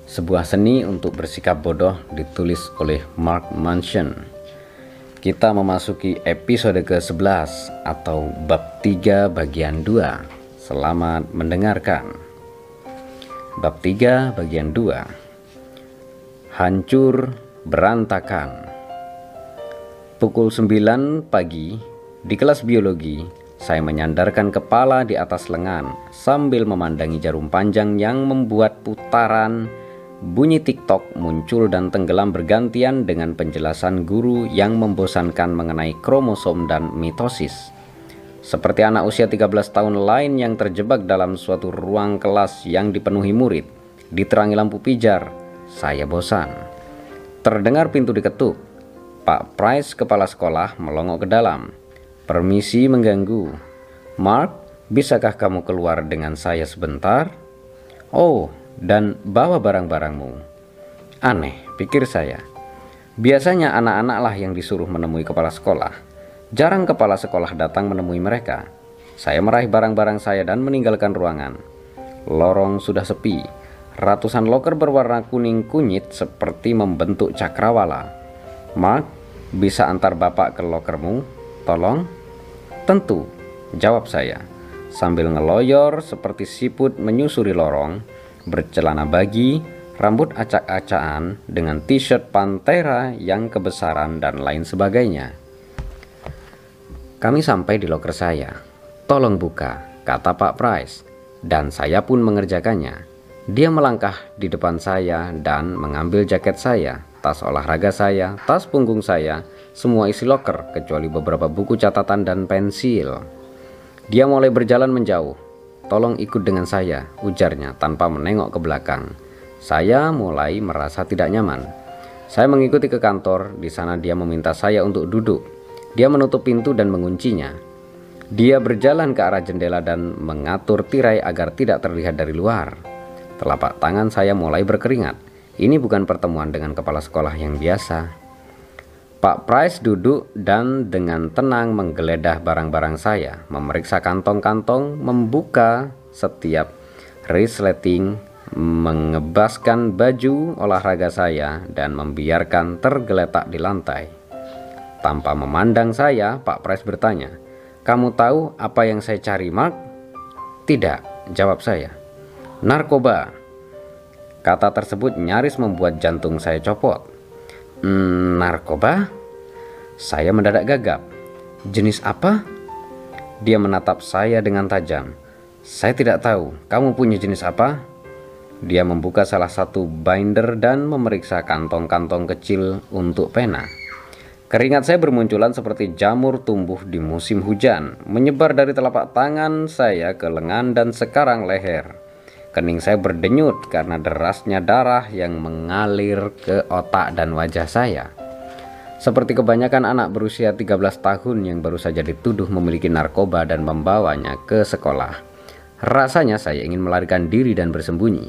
Sebuah seni untuk bersikap bodoh ditulis oleh Mark Manson. Kita memasuki episode ke-11 atau bab 3 bagian 2. Selamat mendengarkan. Bab 3 bagian 2. Hancur berantakan. Pukul 9 pagi di kelas biologi, saya menyandarkan kepala di atas lengan sambil memandangi jarum panjang yang membuat putaran. Bunyi TikTok muncul dan tenggelam bergantian dengan penjelasan guru yang membosankan mengenai kromosom dan mitosis. Seperti anak usia 13 tahun lain yang terjebak dalam suatu ruang kelas yang dipenuhi murid, diterangi lampu pijar, saya bosan. Terdengar pintu diketuk. Pak Price, kepala sekolah, melongok ke dalam. "Permisi mengganggu. Mark, bisakah kamu keluar dengan saya sebentar?" "Oh, dan bawa barang-barangmu." Aneh, pikir saya. Biasanya anak-anak lah yang disuruh menemui kepala sekolah. Jarang kepala sekolah datang menemui mereka. Saya meraih barang-barang saya dan meninggalkan ruangan. Lorong sudah sepi. Ratusan loker berwarna kuning kunyit seperti membentuk cakrawala. "Mark, bisa antar bapak ke lokermu? Tolong." "Tentu," jawab saya, sambil ngeloyor seperti siput menyusuri lorong, bercelana bagi, rambut acak-acakan, dengan t-shirt Pantera yang kebesaran dan lain sebagainya. Kami sampai di loker saya. "Tolong buka," kata Pak Price, dan saya pun mengerjakannya. Dia melangkah di depan saya dan mengambil jaket saya, tas olahraga saya, tas punggung saya, semua isi loker kecuali beberapa buku catatan dan pensil. Dia mulai berjalan menjauh. "Tolong ikut dengan saya," ujarnya tanpa menengok ke belakang. Saya mulai merasa tidak nyaman. Saya mengikuti ke kantor. Di sana dia meminta saya untuk duduk. Dia menutup pintu dan menguncinya. Dia berjalan ke arah jendela dan mengatur tirai agar tidak terlihat dari luar. Telapak tangan saya mulai berkeringat. Ini bukan pertemuan dengan kepala sekolah yang biasa. Pak Price duduk dan dengan tenang menggeledah barang-barang saya, memeriksa kantong-kantong, membuka setiap resleting, mengebaskan baju olahraga saya, dan membiarkan tergeletak di lantai. Tanpa memandang saya, Pak Price bertanya, "Kamu tahu apa yang saya cari, Mark?" "Tidak," jawab saya. "Narkoba." Kata tersebut nyaris membuat jantung saya copot. Narkoba?" Saya mendadak gagap. "Jenis apa?" Dia menatap saya dengan tajam. "Saya tidak tahu. Kamu punya jenis apa?" Dia membuka salah satu binder dan memeriksa kantong-kantong kecil untuk pena. Keringat saya bermunculan seperti jamur tumbuh di musim hujan, menyebar dari telapak tangan saya ke lengan dan sekarang leher. Kening saya berdenyut karena derasnya darah yang mengalir ke otak dan wajah saya. Seperti kebanyakan anak berusia 13 tahun yang baru saja dituduh memiliki narkoba dan membawanya ke sekolah. Rasanya saya ingin melarikan diri dan bersembunyi.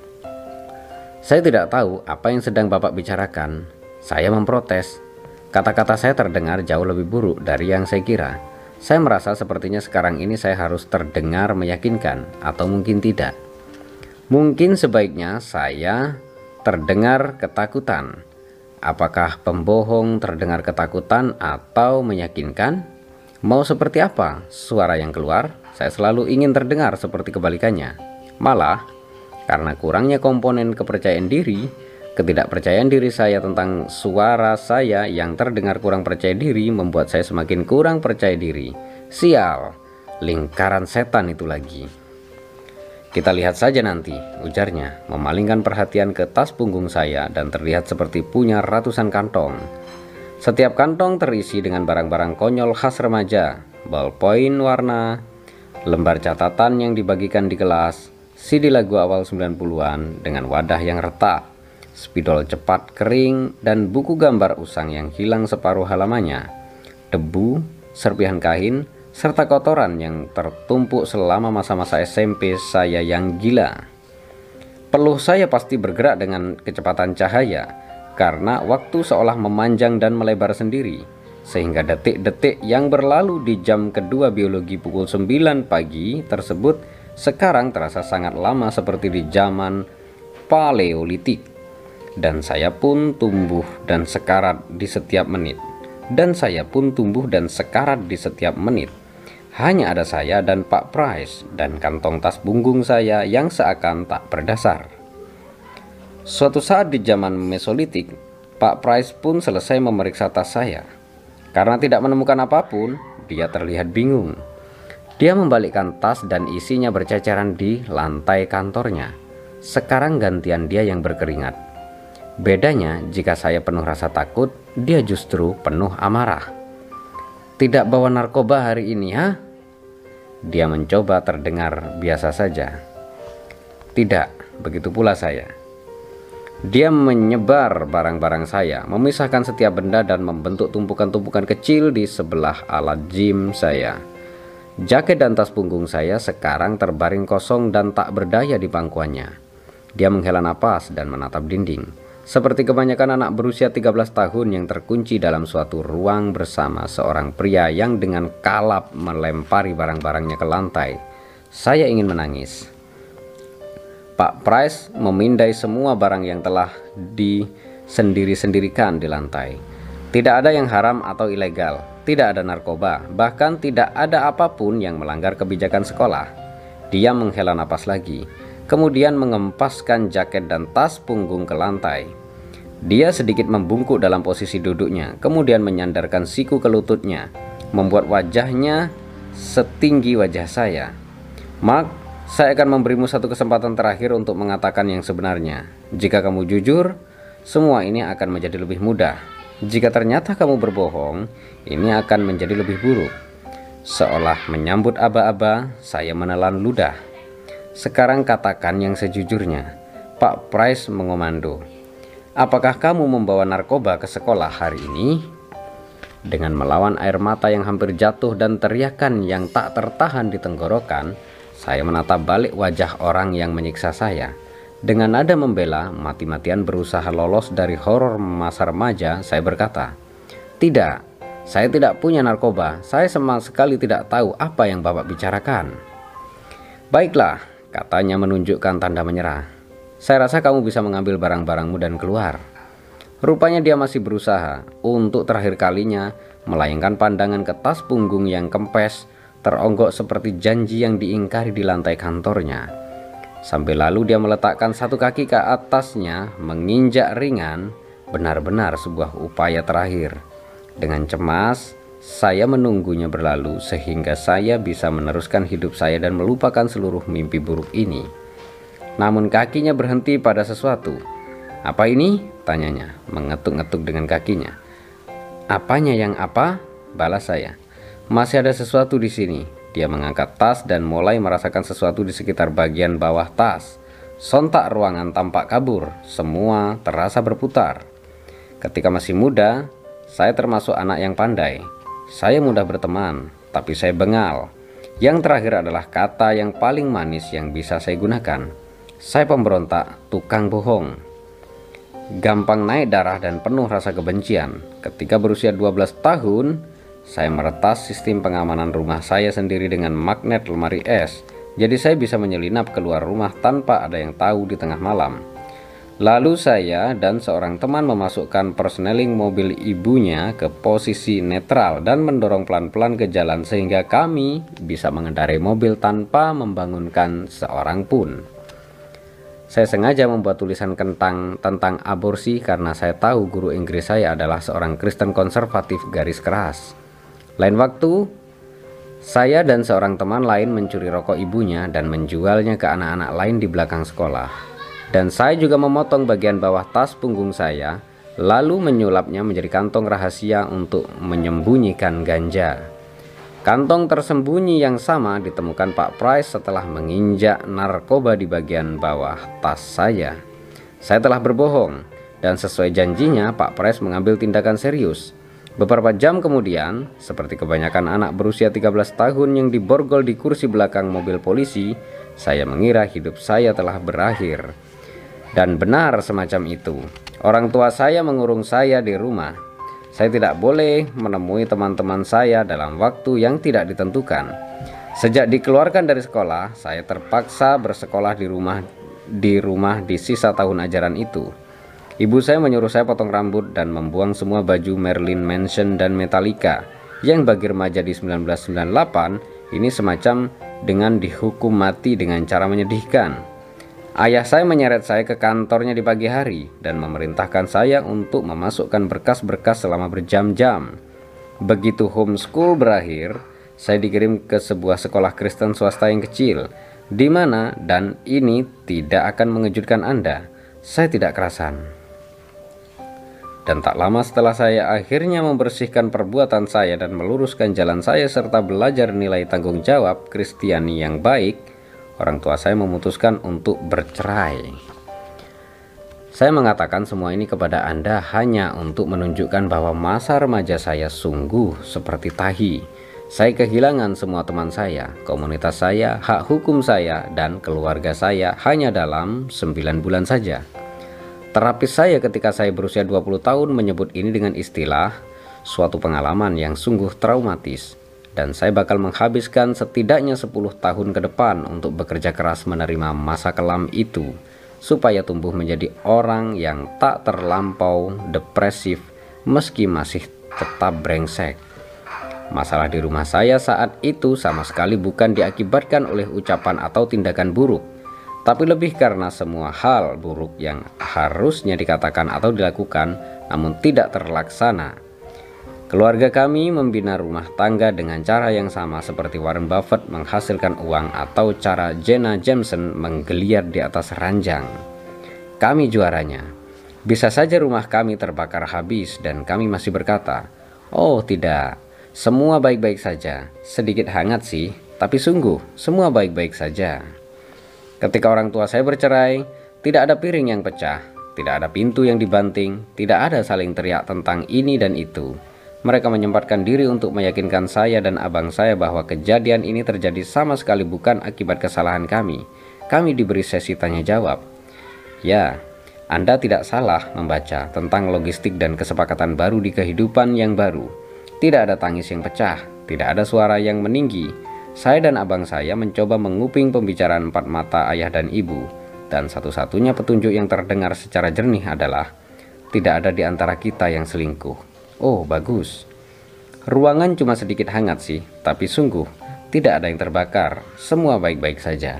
"Saya tidak tahu apa yang sedang Bapak bicarakan." Saya memprotes. Kata-kata saya terdengar jauh lebih buruk dari yang saya kira. Saya merasa sepertinya sekarang ini saya harus terdengar meyakinkan, atau mungkin tidak. Mungkin sebaiknya saya terdengar ketakutan. Apakah pembohong terdengar ketakutan atau meyakinkan? Mau seperti apa suara yang keluar? Saya selalu ingin terdengar seperti kebalikannya. Malah, karena kurangnya komponen kepercayaan diri, ketidakpercayaan diri saya tentang suara saya yang terdengar kurang percaya diri membuat saya semakin kurang percaya diri. Sial, lingkaran setan itu lagi. "Kita lihat saja nanti," ujarnya, memalingkan perhatian ke tas punggung saya dan terlihat seperti punya ratusan kantong. Setiap kantong terisi dengan barang-barang konyol khas remaja, ballpoint warna, lembar catatan yang dibagikan di kelas, CD lagu awal 90-an dengan wadah yang retak, spidol cepat kering, dan buku gambar usang yang hilang separuh halamannya, debu, serpihan kain, serta kotoran yang tertumpuk selama masa-masa SMP saya yang gila. Peluh saya pasti bergerak dengan kecepatan cahaya, karena waktu seolah memanjang dan melebar sendiri, sehingga detik-detik yang berlalu di jam kedua biologi pukul 9 pagi tersebut sekarang terasa sangat lama seperti di zaman Paleolitik, dan saya pun tumbuh dan sekarat di setiap menit. Hanya ada saya dan Pak Price dan kantong tas punggung saya yang seakan tak berdasar. Suatu saat di zaman Mesolitik, Pak Price pun selesai memeriksa tas saya. Karena tidak menemukan apapun, dia terlihat bingung. Dia membalikkan tas dan isinya berceceran di lantai kantornya. Sekarang gantian dia yang berkeringat. Bedanya, jika saya penuh rasa takut, dia justru penuh amarah. "Tidak bawa narkoba hari ini, ha?" Dia mencoba terdengar biasa saja. "Tidak, begitu pula saya." Dia menyebar barang-barang saya, memisahkan setiap benda dan membentuk tumpukan-tumpukan kecil di sebelah alat gym saya. Jaket dan tas punggung saya sekarang terbaring kosong dan tak berdaya di pangkuannya. Dia menghela napas dan menatap dinding, seperti kebanyakan anak berusia 13 tahun yang terkunci dalam suatu ruang bersama seorang pria yang dengan kalap melempari barang-barangnya ke lantai. Saya ingin menangis. Pak Price memindai semua barang yang telah disendiri-sendirikan di lantai. Tidak ada yang haram atau ilegal, tidak ada narkoba, bahkan tidak ada apapun yang melanggar kebijakan sekolah. Dia menghela napas lagi, kemudian mengempaskan jaket dan tas punggung ke lantai. Dia sedikit membungkuk dalam posisi duduknya, kemudian menyandarkan siku ke lututnya, membuat wajahnya setinggi wajah saya. "Mark, saya akan memberimu satu kesempatan terakhir untuk mengatakan yang sebenarnya. Jika kamu jujur, semua ini akan menjadi lebih mudah. Jika ternyata kamu berbohong, ini akan menjadi lebih buruk." Seolah menyambut aba-aba, saya menelan ludah. "Sekarang katakan yang sejujurnya," Pak Price mengomando. "Apakah kamu membawa narkoba ke sekolah hari ini?" Dengan melawan air mata yang hampir jatuh dan teriakan yang tak tertahan di tenggorokan, saya menatap balik wajah orang yang menyiksa saya. Dengan nada membela, mati-matian berusaha lolos dari horor masa remaja, saya berkata, "Tidak, saya tidak punya narkoba. Saya sama sekali tidak tahu apa yang Bapak bicarakan." "Baiklah," katanya menunjukkan tanda menyerah. "Saya rasa kamu bisa mengambil barang-barangmu dan keluar." Rupanya dia masih berusaha untuk terakhir kalinya melayangkan pandangan ke tas punggung yang kempes, teronggok seperti janji yang diingkari di lantai kantornya. Sambil lalu dia meletakkan satu kaki ke atasnya, menginjak ringan, benar-benar sebuah upaya terakhir. Dengan cemas, saya menunggunya berlalu sehingga saya bisa meneruskan hidup saya dan melupakan seluruh mimpi buruk ini. Namun kakinya berhenti pada sesuatu. "Apa ini?" tanyanya, mengetuk-ngetuk dengan kakinya. "Apanya yang apa?" balas saya. "Masih ada sesuatu di sini." Dia mengangkat tas dan mulai merasakan sesuatu di sekitar bagian bawah tas. Sontak ruangan tampak kabur, semua terasa berputar. Ketika masih muda, saya termasuk anak yang pandai. Saya mudah berteman, tapi saya bengal. Yang terakhir adalah kata yang paling manis yang bisa saya gunakan. Saya pemberontak, tukang bohong. Gampang naik darah dan penuh rasa kebencian. Ketika berusia 12 tahun, saya meretas sistem pengamanan rumah saya sendiri dengan magnet lemari es. Jadi saya bisa menyelinap keluar rumah tanpa ada yang tahu di tengah malam. Lalu saya dan seorang teman memasukkan persneling mobil ibunya ke posisi netral dan mendorong pelan-pelan ke jalan sehingga kami bisa mengendarai mobil tanpa membangunkan seorang pun. Saya sengaja membuat tulisan tentang aborsi karena saya tahu guru Inggris saya adalah seorang Kristen konservatif garis keras. Lain waktu, saya dan seorang teman lain mencuri rokok ibunya dan menjualnya ke anak-anak lain di belakang sekolah. Dan saya juga memotong bagian bawah tas punggung saya, lalu menyulapnya menjadi kantong rahasia untuk menyembunyikan ganja. Kantong tersembunyi yang sama ditemukan Pak Price setelah menginjak narkoba di bagian bawah tas saya. Saya telah berbohong, dan sesuai janjinya Pak Price mengambil tindakan serius. Beberapa jam kemudian, seperti kebanyakan anak berusia 13 tahun yang diborgol di kursi belakang mobil polisi, saya mengira hidup saya telah berakhir. Dan benar semacam itu. Orang tua saya mengurung saya di rumah. Saya tidak boleh menemui teman-teman saya dalam waktu yang tidak ditentukan. Sejak dikeluarkan dari sekolah, saya terpaksa bersekolah di rumah di rumah di sisa tahun ajaran itu. Ibu saya menyuruh saya potong rambut dan membuang semua baju Marilyn Manson dan Metallica yang bagi remaja di 1998 ini semacam dengan dihukum mati dengan cara menyedihkan. Ayah saya menyeret saya ke kantornya di pagi hari dan memerintahkan saya untuk memasukkan berkas-berkas selama berjam-jam. Begitu homeschool berakhir, saya dikirim ke sebuah sekolah Kristen swasta yang kecil, di mana, dan ini tidak akan mengejutkan Anda, saya tidak kerasan. Dan tak lama setelah saya akhirnya membersihkan perbuatan saya dan meluruskan jalan saya serta belajar nilai tanggung jawab Kristiani yang baik, orang tua saya memutuskan untuk bercerai. Saya mengatakan semua ini kepada Anda hanya untuk menunjukkan bahwa masa remaja saya sungguh seperti tahi. Saya kehilangan semua teman saya, komunitas saya, hak hukum saya, dan keluarga saya hanya dalam 9 bulan saja. Terapis saya ketika saya berusia 20 tahun menyebut ini dengan istilah suatu pengalaman yang sungguh traumatis, dan saya bakal menghabiskan setidaknya 10 tahun ke depan untuk bekerja keras menerima masa kelam itu supaya tumbuh menjadi orang yang tak terlampau depresif meski masih tetap brengsek. Masalah di rumah saya saat itu sama sekali bukan diakibatkan oleh ucapan atau tindakan buruk, tapi lebih karena semua hal buruk yang harusnya dikatakan atau dilakukan namun tidak terlaksana. Keluarga kami membina rumah tangga dengan cara yang sama seperti Warren Buffett menghasilkan uang atau cara Jenna Jameson menggeliat di atas ranjang. Kami juaranya. Bisa saja rumah kami terbakar habis dan kami masih berkata, "Oh tidak, semua baik-baik saja. Sedikit hangat sih, tapi sungguh semua baik-baik saja." Ketika orang tua saya bercerai, tidak ada piring yang pecah, tidak ada pintu yang dibanting, tidak ada saling teriak tentang ini dan itu. Mereka menyempatkan diri untuk meyakinkan saya dan abang saya bahwa kejadian ini terjadi sama sekali bukan akibat kesalahan kami. Kami diberi sesi tanya jawab. Ya, Anda tidak salah membaca tentang logistik dan kesepakatan baru di kehidupan yang baru. Tidak ada tangis yang pecah, tidak ada suara yang meninggi. Saya dan abang saya mencoba menguping pembicaraan empat mata ayah dan ibu, dan satu-satunya petunjuk yang terdengar secara jernih adalah tidak ada di antara kita yang selingkuh. Oh, bagus. Ruangan cuma sedikit hangat sih, tapi sungguh tidak ada yang terbakar. Semua baik-baik saja.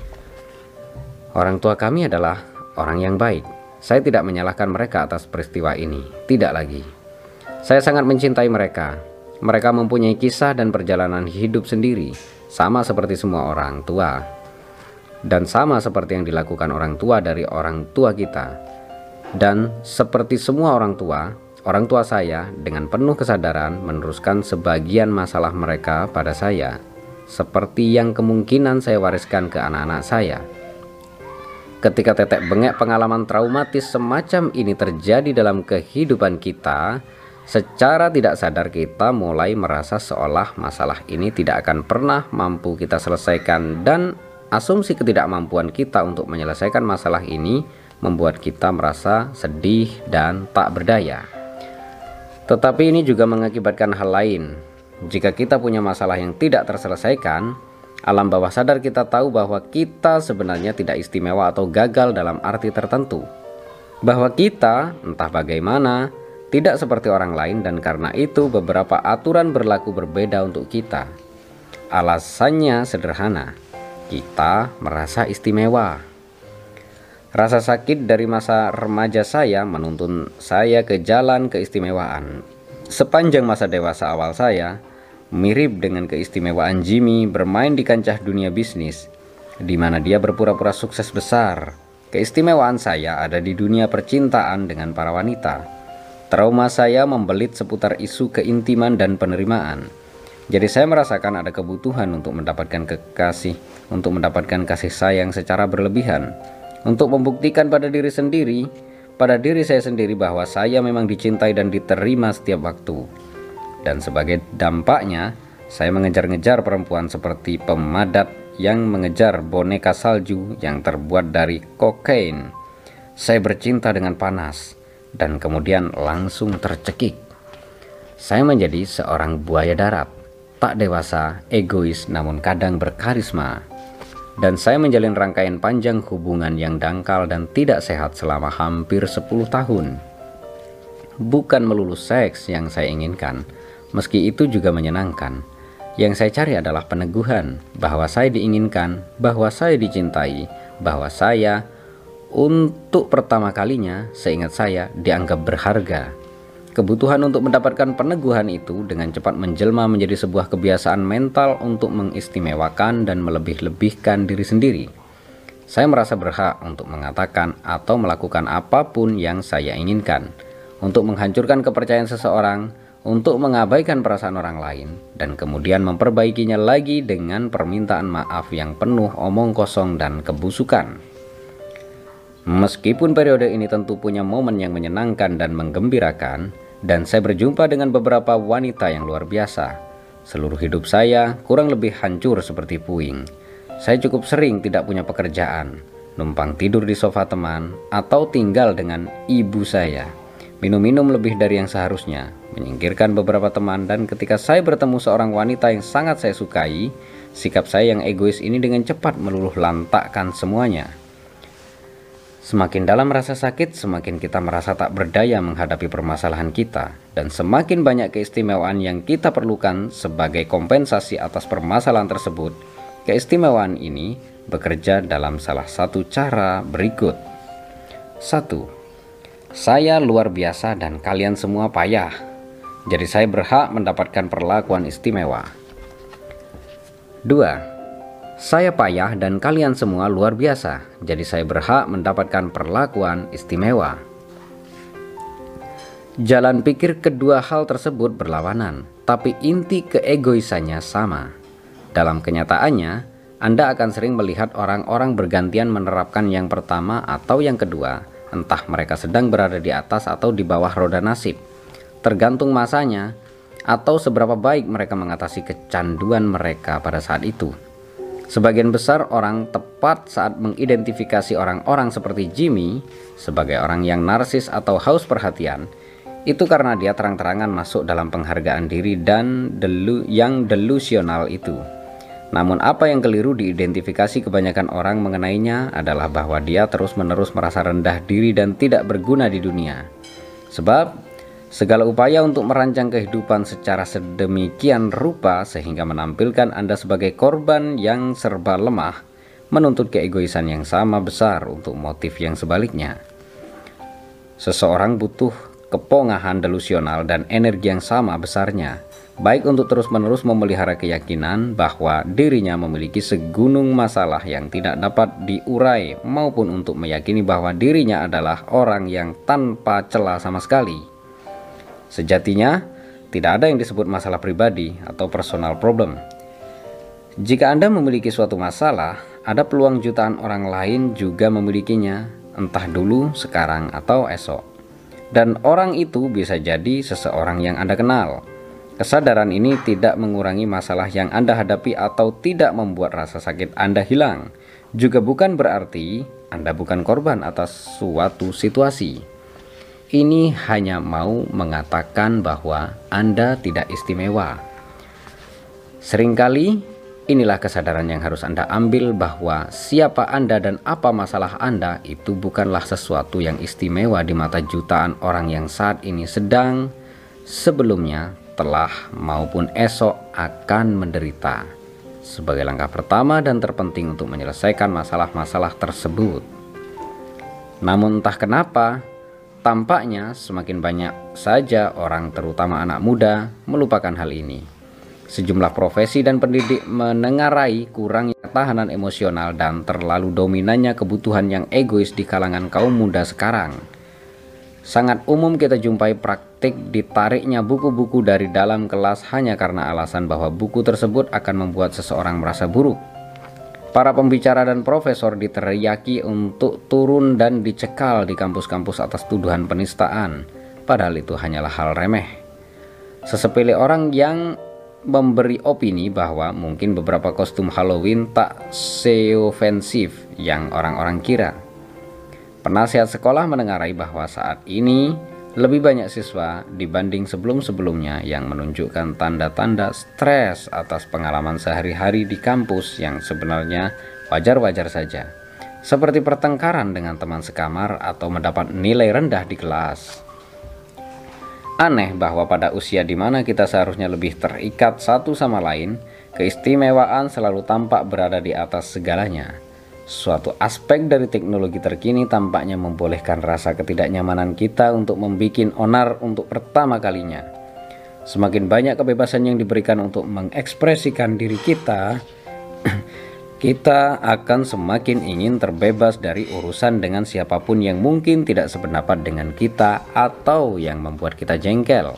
Orang tua kami adalah orang yang baik. Saya tidak menyalahkan mereka atas peristiwa ini, tidak lagi. Saya sangat mencintai mereka. Mereka mempunyai kisah dan perjalanan hidup sendiri, sama seperti semua orang tua, dan sama seperti yang dilakukan orang tua dari orang tua kita. Dan seperti semua orang tua saya dengan penuh kesadaran meneruskan sebagian masalah mereka pada saya, seperti yang kemungkinan saya wariskan ke anak-anak saya. Ketika tetek bengek pengalaman traumatis semacam ini terjadi dalam kehidupan kita, secara tidak sadar kita mulai merasa seolah masalah ini tidak akan pernah mampu kita selesaikan, dan asumsi ketidakmampuan kita untuk menyelesaikan masalah ini membuat kita merasa sedih dan tak berdaya. Tetapi ini juga mengakibatkan hal lain. Jika kita punya masalah yang tidak terselesaikan, alam bawah sadar kita tahu bahwa kita sebenarnya tidak istimewa atau gagal dalam arti tertentu. Bahwa kita, entah bagaimana, tidak seperti orang lain, dan karena itu beberapa aturan berlaku berbeda untuk kita. Alasannya sederhana, kita merasa istimewa. Rasa sakit dari masa remaja saya menuntun saya ke jalan keistimewaan. Sepanjang masa dewasa awal saya, mirip dengan keistimewaan Jimmy bermain di kancah dunia bisnis, di mana dia berpura-pura sukses besar. Keistimewaan saya ada di dunia percintaan dengan para wanita. Trauma saya membelit seputar isu keintiman dan penerimaan. Jadi saya merasakan ada kebutuhan untuk mendapatkan kekasih, untuk mendapatkan kasih sayang secara berlebihan, untuk membuktikan pada diri saya sendiri bahwa saya memang dicintai dan diterima setiap waktu. Dan sebagai dampaknya, saya mengejar-ngejar perempuan seperti pemadat yang mengejar boneka salju yang terbuat dari kokain. Saya bercinta dengan panas dan kemudian langsung tercekik. Saya menjadi seorang buaya darat, tak dewasa, egois, namun kadang berkarisma. dan saya menjalin rangkaian panjang hubungan yang dangkal dan tidak sehat selama hampir 10 tahun. Bukan melulu seks yang saya inginkan, meski itu juga menyenangkan. Yang saya cari adalah peneguhan bahwa saya diinginkan, bahwa saya dicintai, bahwa saya untuk pertama kalinya seingat saya dianggap berharga. Kebutuhan untuk mendapatkan peneguhan itu dengan cepat menjelma menjadi sebuah kebiasaan mental untuk mengistimewakan dan melebih-lebihkan diri sendiri. Saya merasa berhak untuk mengatakan atau melakukan apapun yang saya inginkan, untuk menghancurkan kepercayaan seseorang, untuk mengabaikan perasaan orang lain, dan kemudian memperbaikinya lagi dengan permintaan maaf yang penuh omong kosong dan kebusukan. Meskipun periode ini tentu punya momen yang menyenangkan dan menggembirakan, dan saya berjumpa dengan beberapa wanita yang luar biasa, seluruh hidup saya kurang lebih hancur seperti puing. Saya cukup sering tidak punya pekerjaan, numpang tidur di sofa teman, atau tinggal dengan ibu saya, minum-minum lebih dari yang seharusnya, menyingkirkan beberapa teman, dan ketika saya bertemu seorang wanita yang sangat saya sukai, sikap saya yang egois ini dengan cepat meluluh lantakkan semuanya. Semakin dalam rasa sakit, semakin kita merasa tak berdaya menghadapi permasalahan kita, dan semakin banyak keistimewaan yang kita perlukan sebagai kompensasi atas permasalahan tersebut. Keistimewaan ini bekerja dalam salah satu cara berikut. 1. Saya luar biasa dan kalian semua payah, jadi saya berhak mendapatkan perlakuan istimewa. 2. Saya payah dan kalian semua luar biasa, jadi saya berhak mendapatkan perlakuan istimewa. Jalan pikir kedua hal tersebut berlawanan, tapi inti keegoisannya sama. Dalam kenyataannya, Anda akan sering melihat orang-orang bergantian menerapkan yang pertama atau yang kedua, entah mereka sedang berada di atas atau di bawah roda nasib, tergantung masanya, atau seberapa baik mereka mengatasi kecanduan mereka pada saat itu. Sebagian besar orang tepat saat mengidentifikasi orang-orang seperti Jimmy sebagai orang yang narsis atau haus perhatian, itu karena dia terang-terangan masuk dalam penghargaan diri dan yang delusional itu. Namun apa yang keliru diidentifikasi kebanyakan orang mengenainya adalah bahwa dia terus-menerus merasa rendah diri dan tidak berguna di dunia. Sebab segala upaya untuk merancang kehidupan secara sedemikian rupa sehingga menampilkan Anda sebagai korban yang serba lemah menuntut keegoisan yang sama besar untuk motif yang sebaliknya. Seseorang butuh kepongahan delusional dan energi yang sama besarnya, baik untuk terus-menerus memelihara keyakinan bahwa dirinya memiliki segunung masalah yang tidak dapat diurai, maupun untuk meyakini bahwa dirinya adalah orang yang tanpa celah sama sekali. Sejatinya, tidak ada yang disebut masalah pribadi atau personal problem. Jika Anda memiliki suatu masalah, ada peluang jutaan orang lain juga memilikinya, entah dulu, sekarang, atau esok. Dan orang itu bisa jadi seseorang yang Anda kenal. Kesadaran ini tidak mengurangi masalah yang Anda hadapi atau tidak membuat rasa sakit Anda hilang. Juga bukan berarti Anda bukan korban atas suatu situasi. Ini hanya mau mengatakan bahwa Anda tidak istimewa. Seringkali inilah kesadaran yang harus Anda ambil bahwa siapa Anda dan apa masalah Anda itu bukanlah sesuatu yang istimewa di mata jutaan orang yang saat ini sedang, sebelumnya, telah maupun esok akan menderita. Sebagai langkah pertama dan terpenting untuk menyelesaikan masalah-masalah tersebut. Namun entah kenapa, tampaknya semakin banyak saja orang, terutama anak muda, melupakan hal ini. Sejumlah profesi dan pendidik menengarai kurangnya ketahanan emosional dan terlalu dominannya kebutuhan yang egois di kalangan kaum muda sekarang. Sangat umum kita jumpai praktik ditariknya buku-buku dari dalam kelas hanya karena alasan bahwa buku tersebut akan membuat seseorang merasa buruk. Para pembicara dan profesor diteriaki untuk turun dan dicekal di kampus-kampus atas tuduhan penistaan, padahal itu hanyalah hal remeh. Sesepele orang yang memberi opini bahwa mungkin beberapa kostum Halloween tak seofensif yang orang-orang kira. Penasihat sekolah menengarai bahwa saat ini lebih banyak siswa dibanding sebelum-sebelumnya yang menunjukkan tanda-tanda stres atas pengalaman sehari-hari di kampus yang sebenarnya wajar-wajar saja. Seperti pertengkaran dengan teman sekamar atau mendapat nilai rendah di kelas. Aneh bahwa pada usia di mana kita seharusnya lebih terikat satu sama lain, keistimewaan selalu tampak berada di atas segalanya. Suatu aspek dari teknologi terkini tampaknya membolehkan rasa ketidaknyamanan kita untuk membuat onar untuk pertama kalinya. Semakin banyak kebebasan yang diberikan untuk mengekspresikan diri kita, kita akan semakin ingin terbebas dari urusan dengan siapapun yang mungkin tidak sependapat dengan kita atau yang membuat kita jengkel.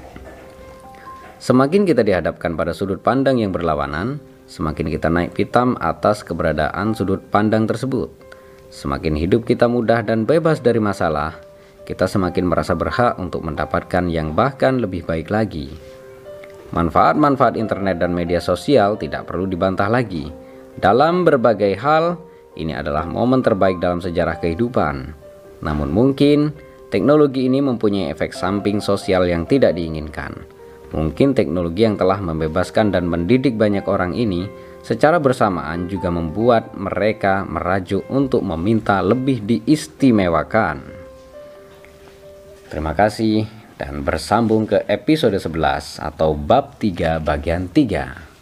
Semakin kita dihadapkan pada sudut pandang yang berlawanan, semakin kita naik pitam atas keberadaan sudut pandang tersebut. Semakin hidup kita mudah dan bebas dari masalah, kita semakin merasa berhak untuk mendapatkan yang bahkan lebih baik lagi. Manfaat-manfaat internet dan media sosial tidak perlu dibantah lagi. Dalam berbagai hal, ini adalah momen terbaik dalam sejarah kehidupan. Namun mungkin, teknologi ini mempunyai efek samping sosial yang tidak diinginkan. Mungkin teknologi yang telah membebaskan dan mendidik banyak orang ini secara bersamaan juga membuat mereka merajuk untuk meminta lebih diistimewakan. Terima kasih dan bersambung ke episode 11 atau bab 3 bagian 3.